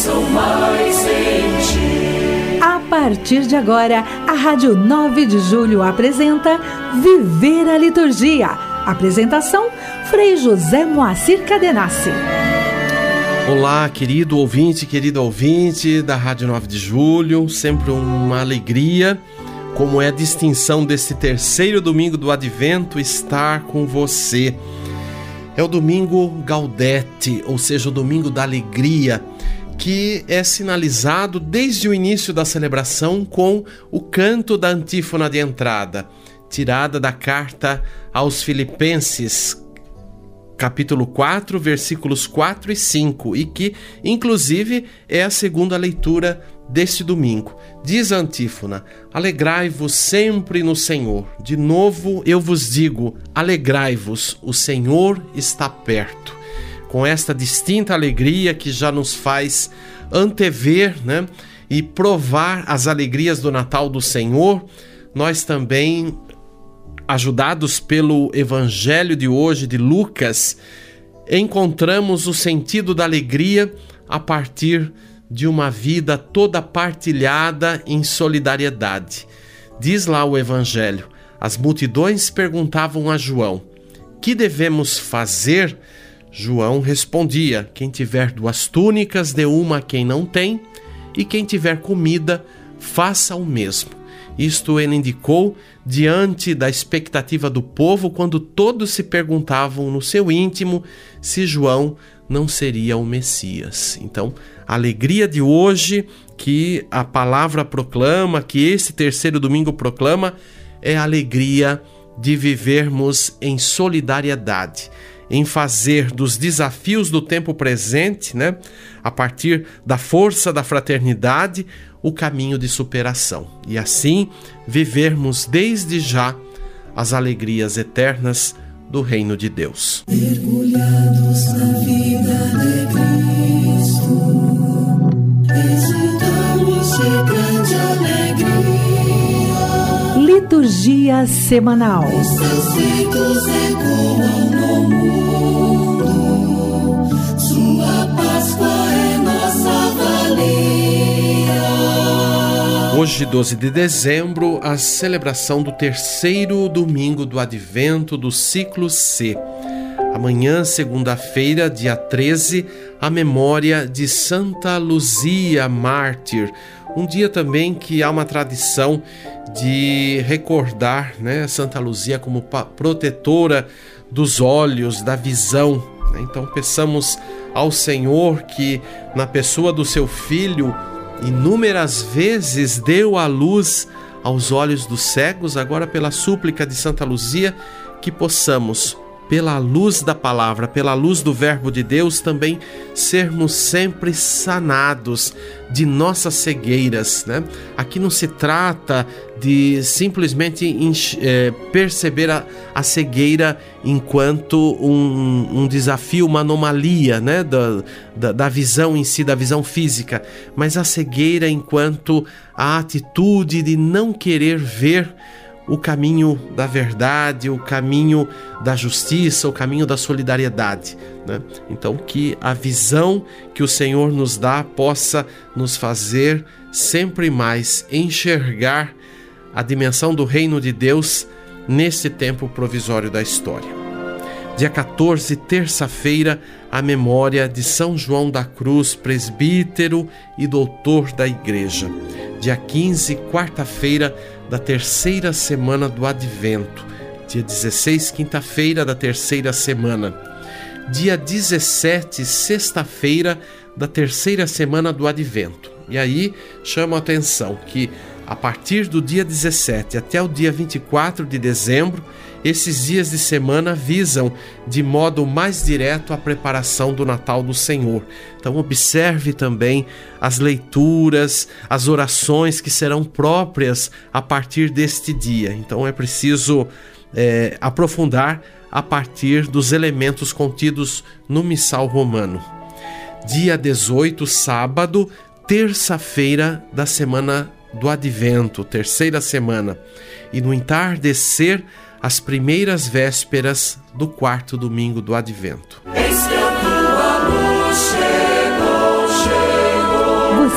pensam mais em ti. A partir de agora, a Rádio 9 de Julho apresenta Viver a Liturgia. Apresentação, Frei José Moacir Cadenassi. Olá, querido ouvinte, querida ouvinte da Rádio 9 de Julho. Sempre uma alegria, como é a distinção desse terceiro domingo do Advento, estar com você. É o domingo Gaudete, ou seja, o domingo da alegria, que é sinalizado desde o início da celebração com o canto da antífona de entrada, tirada da carta aos Filipenses, capítulo 4, versículos 4 e 5, e que, inclusive, é a segunda leitura deste domingo. Diz a antífona: alegrai-vos sempre no Senhor. De novo eu vos digo, alegrai-vos, o Senhor está perto. Com esta distinta alegria que já nos faz antever, e provar as alegrias do Natal do Senhor, nós também, ajudados pelo Evangelho de hoje, de Lucas, encontramos o sentido da alegria a partir de uma vida toda partilhada em solidariedade. Diz lá o Evangelho: as multidões perguntavam a João: que devemos fazer? João respondia: quem tiver 2 túnicas, dê uma a quem não tem, e quem tiver comida, faça o mesmo. Isto ele indicou diante da expectativa do povo, quando todos se perguntavam no seu íntimo se João não seria o Messias. Então, a alegria de hoje que a palavra proclama, que esse terceiro domingo proclama, é a alegria de vivermos em solidariedade, em fazer dos desafios do tempo presente, a partir da força da fraternidade, o caminho de superação. E assim, vivermos desde já as alegrias eternas do Reino de Deus. Mergulhados na vida de Cristo, exultamos de grande alegria. Liturgia semanal. Os seus feitos ecoam no mundo, sua Páscoa é nossa valia. Hoje, 12 de dezembro, a celebração do terceiro domingo do Advento do ciclo C. Amanhã, segunda-feira, dia 13, a memória de Santa Luzia, mártir. Um dia também que há uma tradição de recordar, Santa Luzia como protetora dos olhos, da visão. Então, peçamos ao Senhor que, na pessoa do seu Filho, inúmeras vezes deu a luz aos olhos dos cegos, agora pela súplica de Santa Luzia, que possamos, pela luz da palavra, pela luz do Verbo de Deus, também sermos sempre sanados de nossas cegueiras. Aqui não se trata de simplesmente perceber a cegueira enquanto um desafio, uma anomalia, da visão em si, da visão física, mas a cegueira enquanto a atitude de não querer ver o caminho da verdade, o caminho da justiça, o caminho da solidariedade. Então, que a visão que o Senhor nos dá possa nos fazer sempre mais enxergar a dimensão do reino de Deus nesse tempo provisório da história. Dia 14, terça-feira, a memória de São João da Cruz, presbítero e doutor da Igreja. Dia 15, quarta-feira, da terceira semana do Advento. Dia 16, quinta-feira da terceira semana. Dia 17, sexta-feira da terceira semana do Advento. E aí chamo a atenção que a partir do dia 17 até o dia 24 de dezembro, esses dias de semana visam de modo mais direto a preparação do Natal do Senhor. Então observe também as leituras, as orações que serão próprias a partir deste dia. Então é preciso aprofundar a partir dos elementos contidos no Missal Romano. Dia 18, sábado, terça-feira da semana do Advento, terceira semana. E no entardecer, as primeiras vésperas do quarto domingo do Advento. Eis que a tua luz chegou,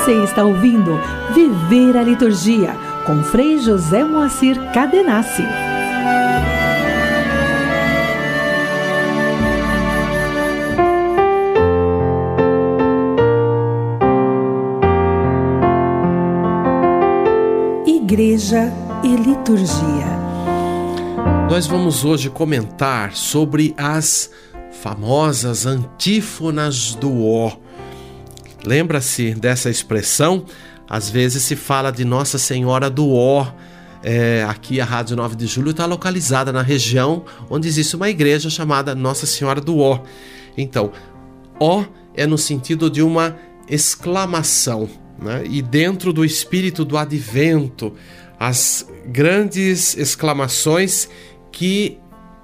Você está ouvindo Viver a Liturgia, com Frei José Moacir Cadenassi. Igreja e Liturgia. Nós vamos hoje comentar sobre as famosas antífonas do Ó. Lembra-se dessa expressão? Às vezes se fala de Nossa Senhora do Ó. Aqui a Rádio 9 de Julho está localizada na região onde existe uma igreja chamada Nossa Senhora do Ó. Então, Ó é no sentido de uma exclamação, né? E dentro do espírito do advento, as grandes exclamações que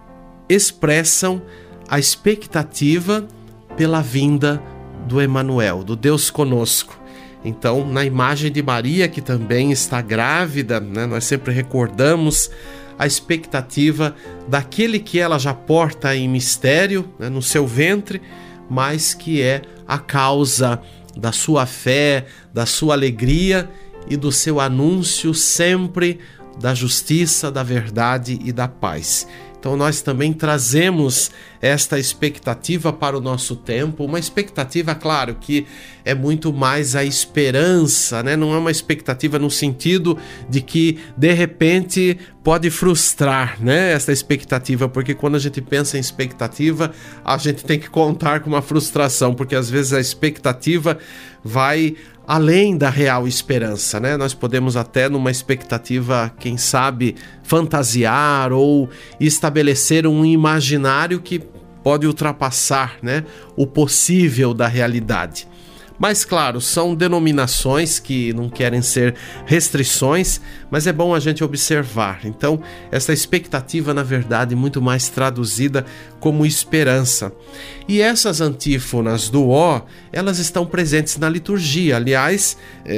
expressam a expectativa pela vinda do Emanuel, do Deus conosco. Então, na imagem de Maria, que também está grávida, né, nós sempre recordamos a expectativa daquele que ela já porta em mistério, né, no seu ventre, mas que é a causa da sua fé, da sua alegria e do seu anúncio sempre da justiça, da verdade e da paz. Então nós também trazemos esta expectativa para o nosso tempo, uma expectativa, claro, que é muito mais a esperança, né? Não é uma expectativa no sentido de que de repente pode frustrar, né? Essa expectativa, porque quando a gente pensa em expectativa, a gente tem que contar com uma frustração, porque às vezes a expectativa vai além da real esperança, né? Nós podemos até numa expectativa, quem sabe, fantasiar ou estabelecer um imaginário que pode ultrapassar, né, o possível da realidade. Mas claro, são denominações que não querem ser restrições, mas é bom a gente observar. Então, essa expectativa, na verdade, muito mais traduzida como esperança. E essas antífonas do Ó, elas estão presentes na liturgia. Aliás,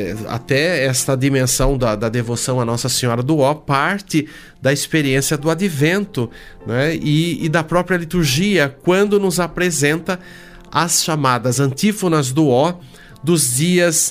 até esta dimensão da devoção à Nossa Senhora do Ó parte da experiência do advento, né, e da própria liturgia, quando nos apresenta as chamadas antífonas do Ó dos dias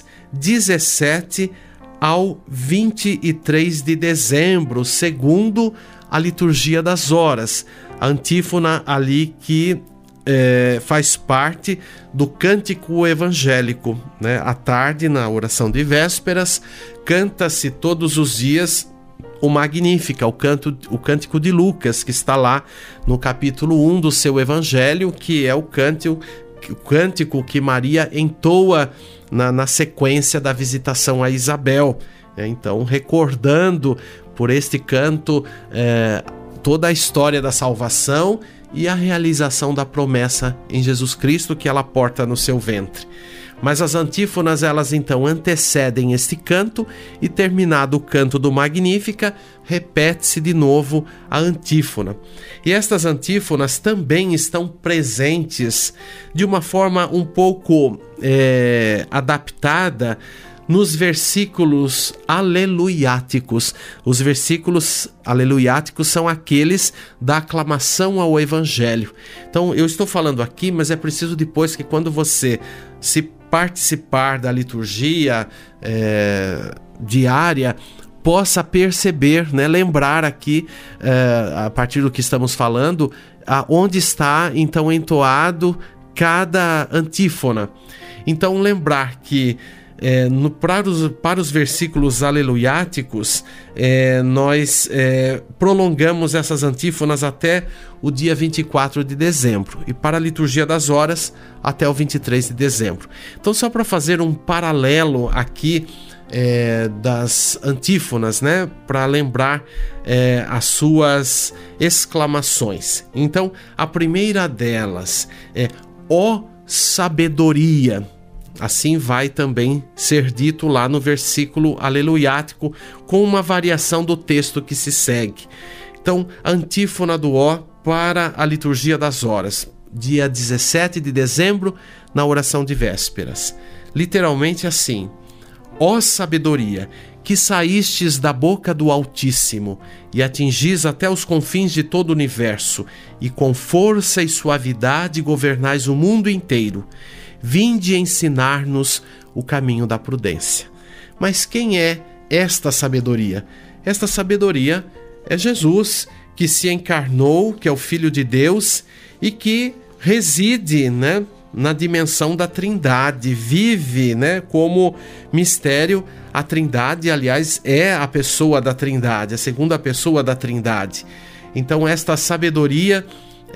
17 ao 23 de dezembro, segundo a liturgia das horas. A antífona ali que faz parte do cântico evangélico, né? À tarde, na oração de vésperas, canta-se todos os dias o Magnífica, o cântico de Lucas, que está lá no capítulo 1 do seu evangelho, que é o cântico que Maria entoa na sequência da visitação a Isabel. Então, recordando por este canto toda a história da salvação e a realização da promessa em Jesus Cristo que ela porta no seu ventre. Mas as antífonas, elas então antecedem este canto e, terminado o canto do Magnífica, repete-se de novo a antífona. E estas antífonas também estão presentes de uma forma um pouco adaptada nos versículos aleluiáticos. Os versículos aleluiáticos são aqueles da aclamação ao Evangelho. Então, eu estou falando aqui, mas é preciso depois que quando você se participar da liturgia diária, possa perceber, né, lembrar aqui, a partir do que estamos falando, onde está então entoado cada antífona. Então, lembrar que para os versículos aleluiáticos, nós prolongamos essas antífonas até o dia 24 de dezembro e para a liturgia das horas até o 23 de dezembro. Então, só para fazer um paralelo aqui das antífonas, né, para lembrar as suas exclamações. Então, a primeira delas é: ó sabedoria. Assim vai também ser dito lá no versículo aleluiático, com uma variação do texto que se segue. Então, a antífona do Ó para a liturgia das horas, dia 17 de dezembro, na oração de vésperas. Literalmente assim: ó sabedoria, que saístes da boca do Altíssimo e atingis até os confins de todo o universo, e com força e suavidade governais o mundo inteiro. Vinde ensinar-nos o caminho da prudência. Mas quem é esta sabedoria? Esta sabedoria é Jesus, que se encarnou, que é o Filho de Deus e que reside, né, na dimensão da Trindade, vive, né, como mistério. A Trindade, aliás, é a pessoa da Trindade, a segunda pessoa da Trindade. Então esta sabedoria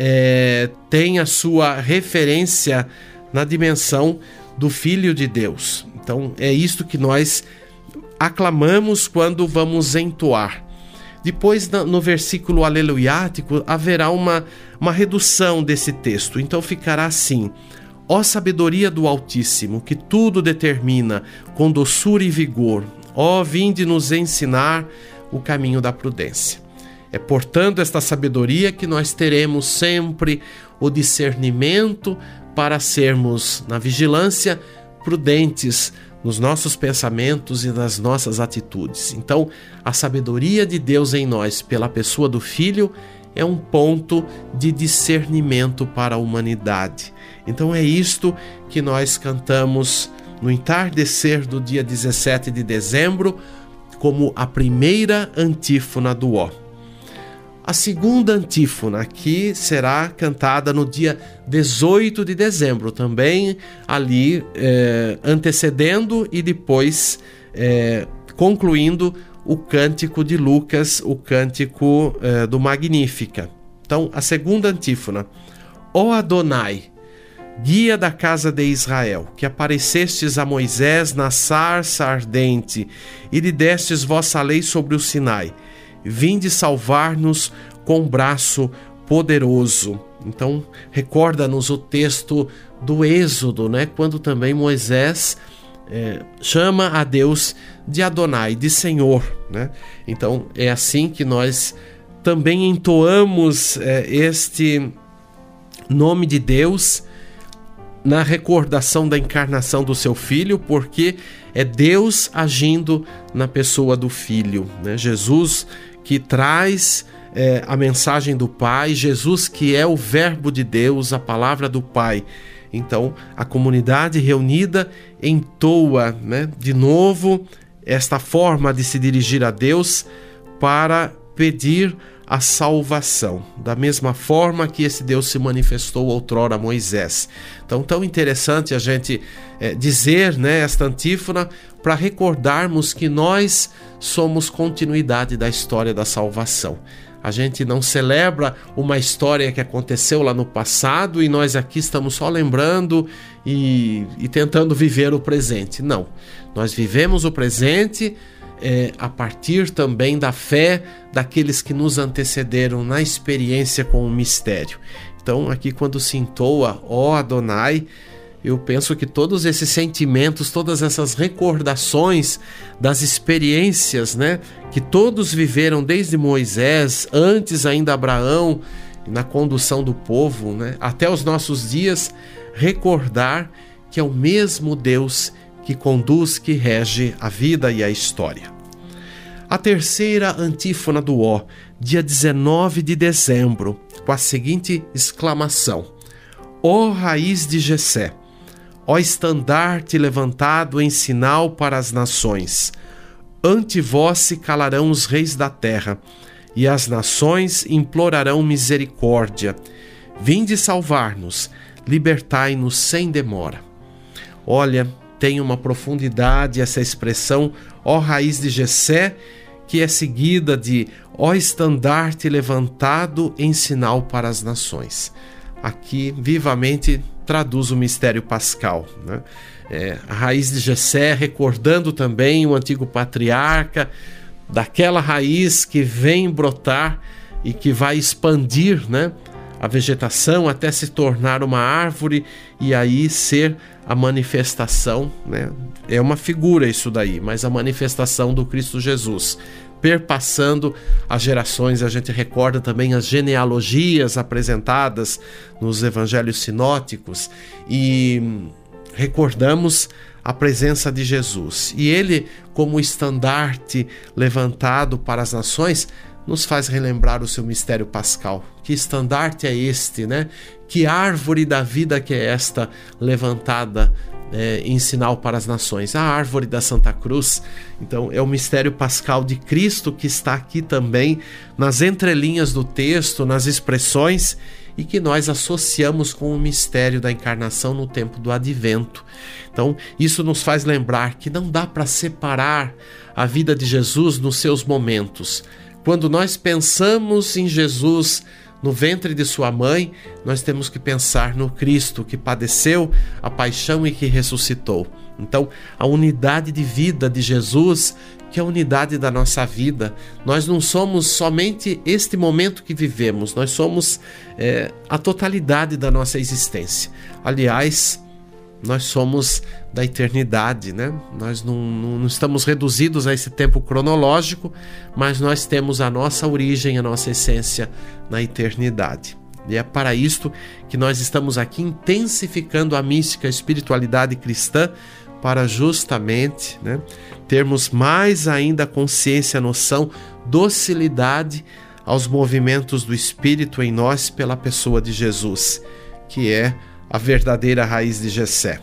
tem a sua referência na dimensão do Filho de Deus. Então é isto que nós aclamamos quando vamos entoar. Depois, no versículo aleluiático, haverá uma redução desse texto. Então ficará assim: ó sabedoria do Altíssimo, que tudo determina com doçura e vigor, ó, vinde nos ensinar o caminho da prudência. É, portanto, esta sabedoria que nós teremos sempre o discernimento para sermos, na vigilância, prudentes nos nossos pensamentos e nas nossas atitudes. Então, a sabedoria de Deus em nós, pela pessoa do Filho, é um ponto de discernimento para a humanidade. Então é isto que nós cantamos no entardecer do dia 17 de dezembro, como a primeira antífona do Ó. A segunda antífona aqui será cantada no dia 18 de dezembro, também ali antecedendo e depois concluindo o cântico de Lucas, o cântico do Magnífica. Então, a segunda antífona: ó Adonai, guia da casa de Israel, que aparecestes a Moisés na sarça ardente e lhe destes vossa lei sobre o Sinai, vinde salvar-nos com braço poderoso. Então, recorda-nos o texto do Êxodo, né? Quando também Moisés chama a Deus de Adonai, de Senhor, né? Então, é assim que nós também entoamos este nome de Deus na recordação da encarnação do seu Filho, porque é Deus agindo na pessoa do Filho, né? Jesus que traz a mensagem do Pai, Jesus que é o Verbo de Deus, a palavra do Pai. Então, a comunidade reunida entoa, né, de novo esta forma de se dirigir a Deus para pedir a salvação, da mesma forma que esse Deus se manifestou outrora a Moisés. Então, tão interessante a gente dizer, né, esta antífona para recordarmos que nós somos continuidade da história da salvação. A gente não celebra uma história que aconteceu lá no passado e nós aqui estamos só lembrando e tentando viver o presente. Não, nós vivemos o presente a partir também da fé daqueles que nos antecederam na experiência com o mistério. Então aqui quando se entoa ó Adonai, eu penso que todos esses sentimentos, todas essas recordações das experiências, né, que todos viveram desde Moisés, antes ainda Abraão, na condução do povo, né, até os nossos dias, recordar que é o mesmo Deus que conduz, que rege a vida e a história. A terceira antífona do Ó, dia 19 de dezembro, com a seguinte exclamação: ó raiz de Jessé, ó estandarte levantado em sinal para as nações, ante vós se calarão os reis da terra, e as nações implorarão misericórdia. Vinde salvar-nos, libertai-nos sem demora. Olha, tem uma profundidade essa expressão, ó raiz de Jessé, que é seguida de ó estandarte levantado em sinal para as nações. Aqui, vivamente, traduz o mistério pascal, né? A raiz de Jessé, recordando também o antigo patriarca, daquela raiz que vem brotar e que vai expandir, né, a vegetação até se tornar uma árvore e aí ser a manifestação, né? É uma figura isso daí, mas a manifestação do Cristo Jesus, perpassando as gerações. A gente recorda também as genealogias apresentadas nos evangelhos sinóticos e recordamos a presença de Jesus. E ele, como estandarte levantado para as nações, nos faz relembrar o seu mistério pascal. Que estandarte é este, né? Que árvore da vida que é esta levantada em sinal para as nações. A árvore da Santa Cruz, então, é o mistério pascal de Cristo que está aqui também nas entrelinhas do texto, nas expressões, e que nós associamos com o mistério da encarnação no tempo do Advento. Então, isso nos faz lembrar que não dá para separar a vida de Jesus nos seus momentos. Quando nós pensamos em Jesus no ventre de sua mãe, nós temos que pensar no Cristo que padeceu a paixão e que ressuscitou. Então, a unidade de vida de Jesus, que é a unidade da nossa vida. Nós não somos somente este momento que vivemos, nós somos a totalidade da nossa existência. Aliás, nós somos da eternidade, né? Nós não estamos reduzidos a esse tempo cronológico, mas nós temos a nossa origem, a nossa essência na eternidade. E é para isto que nós estamos aqui intensificando a mística, a espiritualidade cristã, para justamente, né, termos mais ainda consciência, noção, docilidade aos movimentos do Espírito em nós pela pessoa de Jesus, que é a verdadeira raiz de Jessé.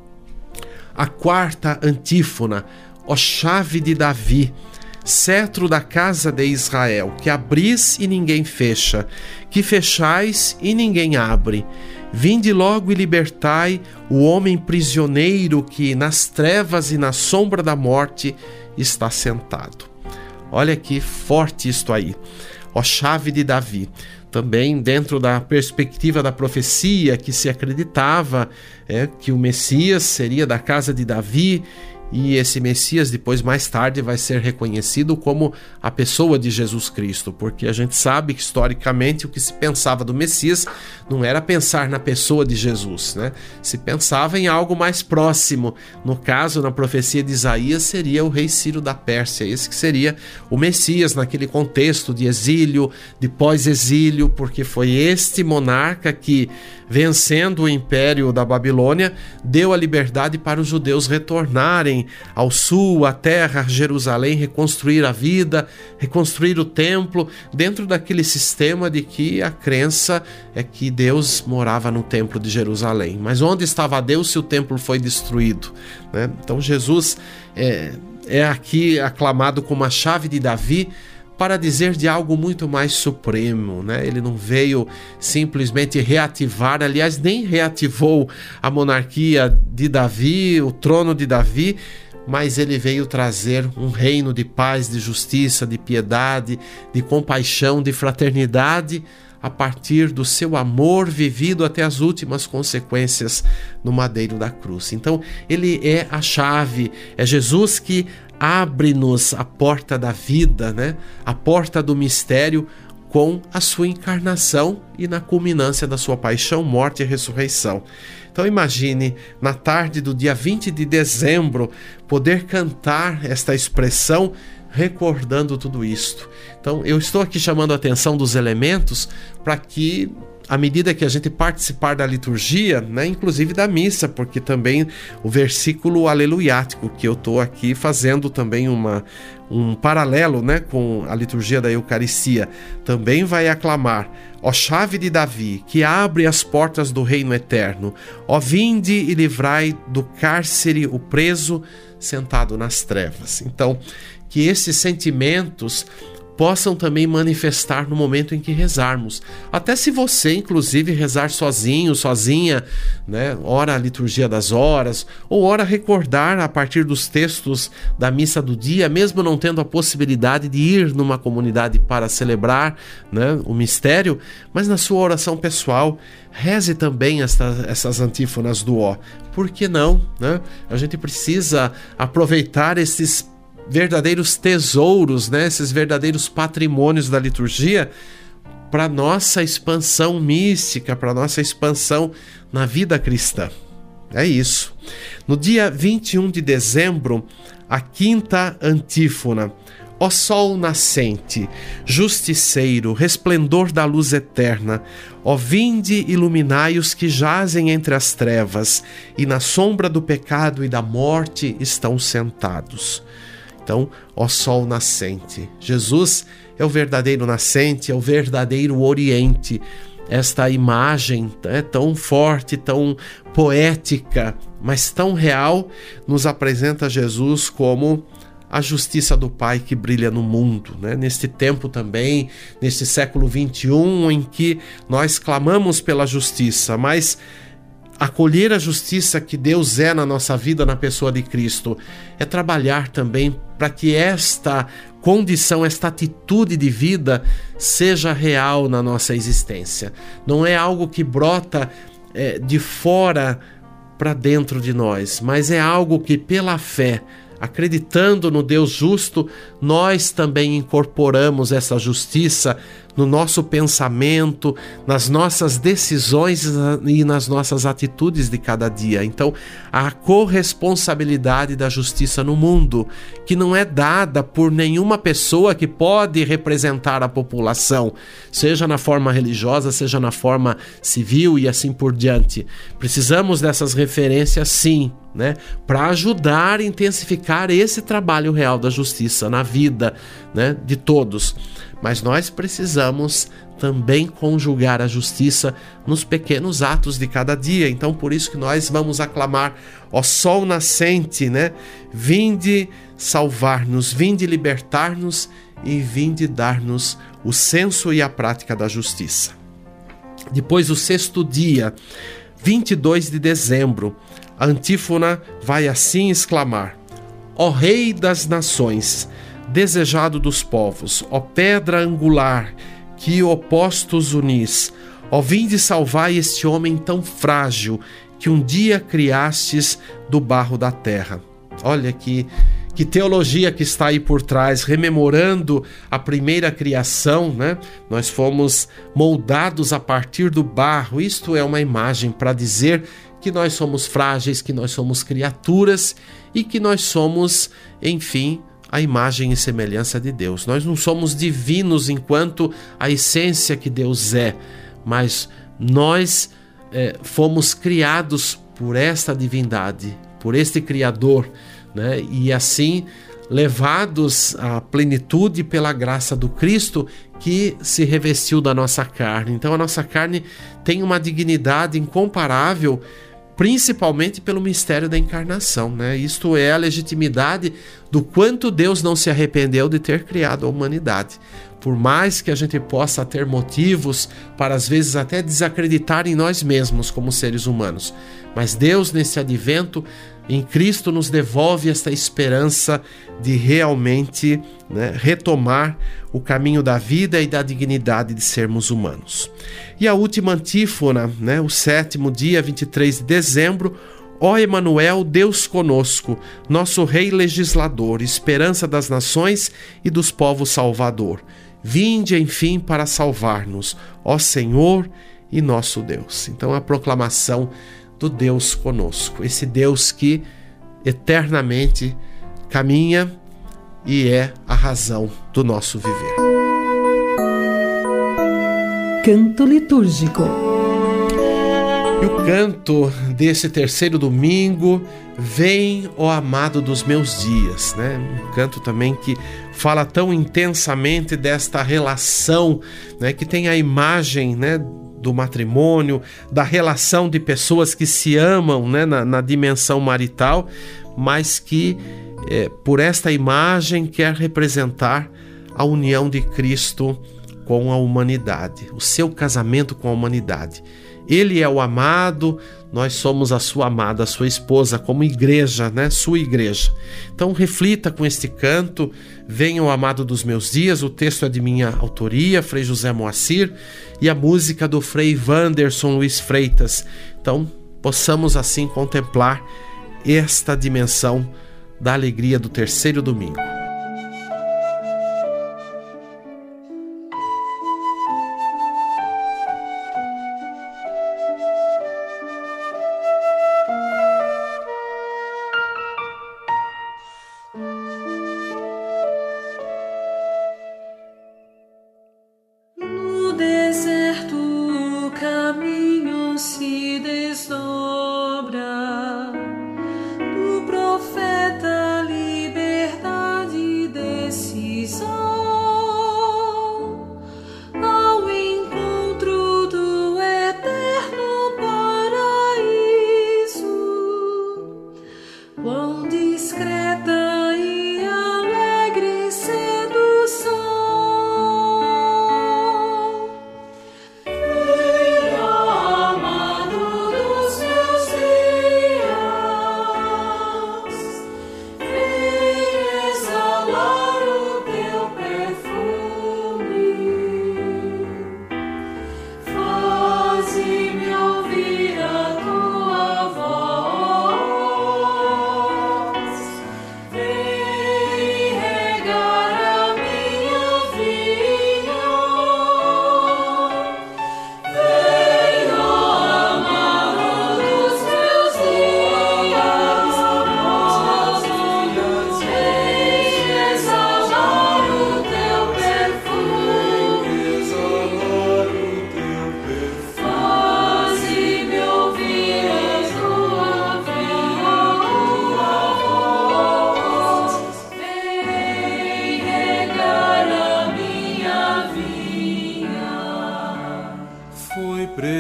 A quarta antífona: ó chave de Davi, cetro da casa de Israel, que abris e ninguém fecha, que fechais e ninguém abre. Vinde logo e libertai o homem prisioneiro que nas trevas e na sombra da morte está sentado. Olha que forte isto aí. Ó chave de Davi. Também dentro da perspectiva da profecia que se acreditava que o Messias seria da casa de Davi, e esse Messias depois, mais tarde, vai ser reconhecido como a pessoa de Jesus Cristo, porque a gente sabe que historicamente o que se pensava do Messias não era pensar na pessoa de Jesus, né? Se pensava em algo mais próximo. No caso, na profecia de Isaías, seria o rei Ciro da Pérsia, esse que seria o Messias naquele contexto de exílio, de pós-exílio, porque foi este monarca que, vencendo o império da Babilônia, deu a liberdade para os judeus retornarem ao sul, à terra, Jerusalém, reconstruir a vida, reconstruir o templo, dentro daquele sistema de que a crença é que Deus morava no templo de Jerusalém. Mas onde estava Deus se o templo foi destruído, né? Então Jesus é aqui aclamado como a chave de Davi, para dizer de algo muito mais supremo, né? Ele não veio simplesmente reativar, aliás, nem reativou a monarquia de Davi, o trono de Davi, mas ele veio trazer um reino de paz, de justiça, de piedade, de compaixão, de fraternidade, a partir do seu amor vivido até as últimas consequências no madeiro da cruz. Então, ele é a chave, é Jesus que abre-nos a porta da vida, né? A porta do mistério, com a sua encarnação e na culminância da sua paixão, morte e ressurreição. Então imagine, na tarde do dia 20 de dezembro, poder cantar esta expressão recordando tudo isto. Então eu estou aqui chamando a atenção dos elementos para que, à medida que a gente participar da liturgia, né, inclusive da missa, porque também o versículo aleluiático, que eu estou aqui fazendo também um paralelo, né, com a liturgia da Eucaristia, também vai aclamar: ó chave de Davi, que abre as portas do reino eterno, ó vinde e livrai do cárcere o preso sentado nas trevas. Então, que esses sentimentos possam também manifestar no momento em que rezarmos. Até se você, inclusive, rezar sozinho, sozinha, né? Ora a liturgia das horas, ou ora recordar a partir dos textos da missa do dia, mesmo não tendo a possibilidade de ir numa comunidade para celebrar, né, o mistério, mas na sua oração pessoal, reze também essas antífonas do ó. Por que não, né? A gente precisa aproveitar esses verdadeiros tesouros, né? Esses verdadeiros patrimônios da liturgia para nossa expansão mística, para nossa expansão na vida cristã. É isso. No dia 21 de dezembro, a quinta antífona: ó sol nascente, justiceiro, resplendor da luz eterna, ó vinde iluminai os que jazem entre as trevas e na sombra do pecado e da morte estão sentados. Então, ó sol nascente, Jesus é o verdadeiro nascente, é o verdadeiro oriente. Esta imagem é tão forte, tão poética, mas tão real, nos apresenta Jesus como a justiça do Pai que brilha no mundo, né? Neste tempo também, neste século 21, em que nós clamamos pela justiça, mas acolher a justiça que Deus é na nossa vida, na pessoa de Cristo, é trabalhar também para que esta condição, esta atitude de vida seja real na nossa existência. Não é algo que brota de fora para dentro de nós, mas é algo que pela fé, acreditando no Deus justo, nós também incorporamos essa justiça no nosso pensamento, nas nossas decisões e nas nossas atitudes de cada dia. Então, a corresponsabilidade da justiça no mundo, que não é dada por nenhuma pessoa que pode representar a população, seja na forma religiosa, seja na forma civil e assim por diante. Precisamos dessas referências, sim, né, para ajudar a intensificar esse trabalho real da justiça na vida, né, de todos. Mas nós precisamos também conjugar a justiça nos pequenos atos de cada dia. Então, por isso que nós vamos aclamar: ó sol nascente, né? Vinde salvar-nos, vinde libertar-nos e vinde dar-nos o senso e a prática da justiça. Depois, o sexto dia, 22 de dezembro, a antífona vai assim exclamar: ó Rei das nações, desejado dos povos, ó pedra angular, que opostos unis, ó vinde salvai este homem tão frágil, que um dia criastes do barro da terra. Olha que teologia que está aí por trás, rememorando a primeira criação, né? Nós fomos moldados a partir do barro. Isto é uma imagem para dizer que nós somos frágeis, que nós somos criaturas e que nós somos, enfim, a imagem e semelhança de Deus. Nós não somos divinos enquanto a essência que Deus é, mas nós fomos criados por esta divindade, por este Criador, né? E assim levados à plenitude pela graça do Cristo que se revestiu da nossa carne. Então a nossa carne tem uma dignidade incomparável, principalmente pelo mistério da encarnação, né? Isto é a legitimidade do quanto Deus não se arrependeu de ter criado a humanidade. Por mais que a gente possa ter motivos para às vezes até desacreditar em nós mesmos como seres humanos, mas Deus nesse advento em Cristo nos devolve esta esperança de realmente, né, retomar o caminho da vida e da dignidade de sermos humanos. E a última antífona, né, o sétimo dia, 23 de dezembro, ó Emanuel, Deus conosco, nosso Rei legislador, esperança das nações e dos povos salvador. Vinde, enfim, para salvar-nos, ó Senhor e nosso Deus. Então a proclamação do Deus conosco, esse Deus que eternamente caminha e é a razão do nosso viver. Canto litúrgico. E o canto desse terceiro domingo, Vem, ó amado dos meus dias, né? Um canto também que fala tão intensamente desta relação, né? Que tem a imagem, né, do matrimônio, da relação de pessoas que se amam, né, na dimensão marital, mas que por esta imagem quer representar a união de Cristo com a humanidade, o seu casamento com a humanidade. Ele é o amado, nós somos a sua amada, a sua esposa, como igreja, né? Sua igreja. Então reflita com este canto, Venha o amado dos meus dias. O texto é de minha autoria, Frei José Moacir, e a música do Frei Wanderson Luiz Freitas. Então possamos assim contemplar esta dimensão da alegria do terceiro domingo. Profeta, liberdade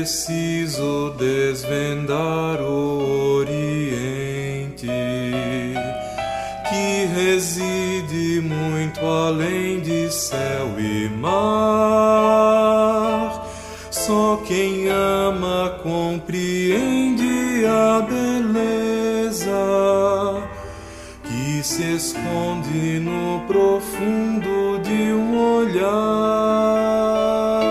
preciso desvendar o Oriente, que reside muito além de céu e mar. Só quem ama compreende a beleza que se esconde no profundo de um olhar.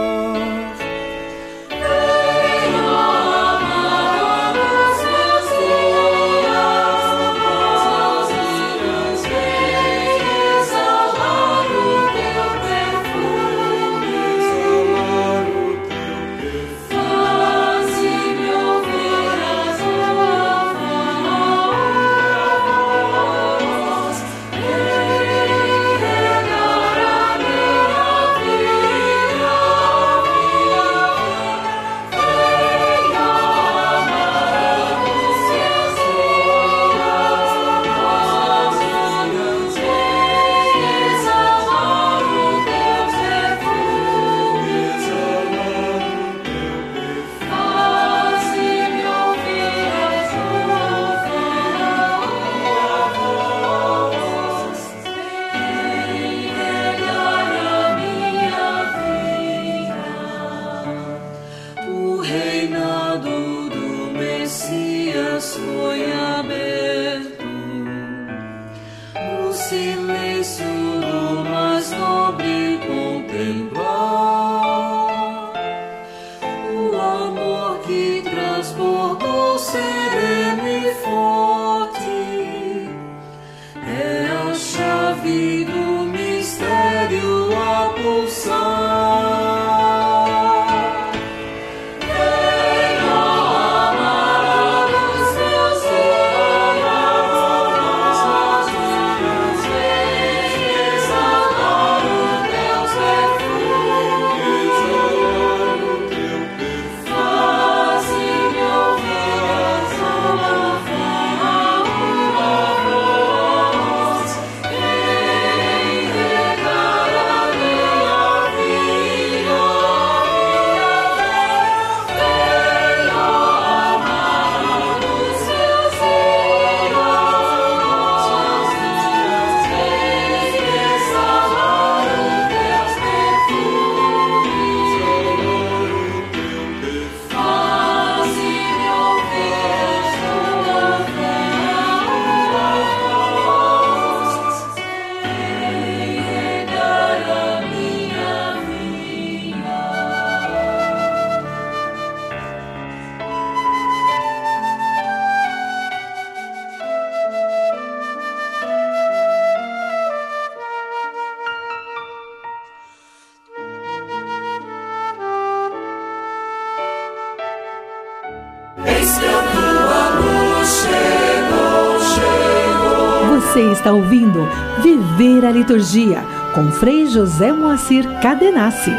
Você está ouvindo Viver a Liturgia, com Frei José Moacir Cadenassi.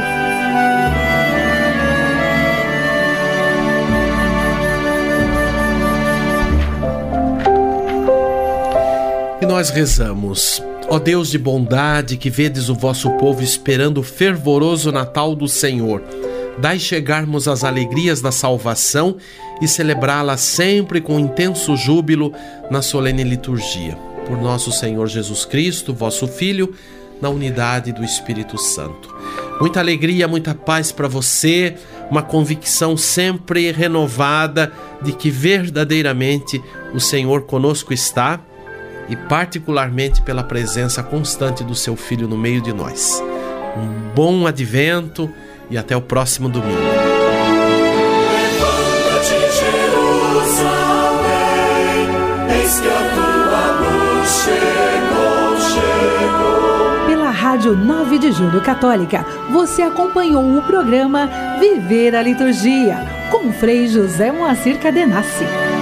E nós rezamos: ó Deus de bondade, que vedes o vosso povo esperando o fervoroso Natal do Senhor, dai chegarmos às alegrias da salvação e celebrá-la sempre com intenso júbilo na solene liturgia. Por nosso Senhor Jesus Cristo, vosso Filho, na unidade do Espírito Santo. Muita alegria, muita paz para você, uma convicção sempre renovada de que verdadeiramente o Senhor conosco está, e particularmente pela presença constante do seu Filho no meio de nós. Um bom advento e até o próximo domingo. Levanta-te, Jerusalém, eis que a tua luz chegou. Pela Rádio 9 de Julho Católica, você acompanhou o programa Viver a Liturgia, com Frei José Moacir Cadenassi.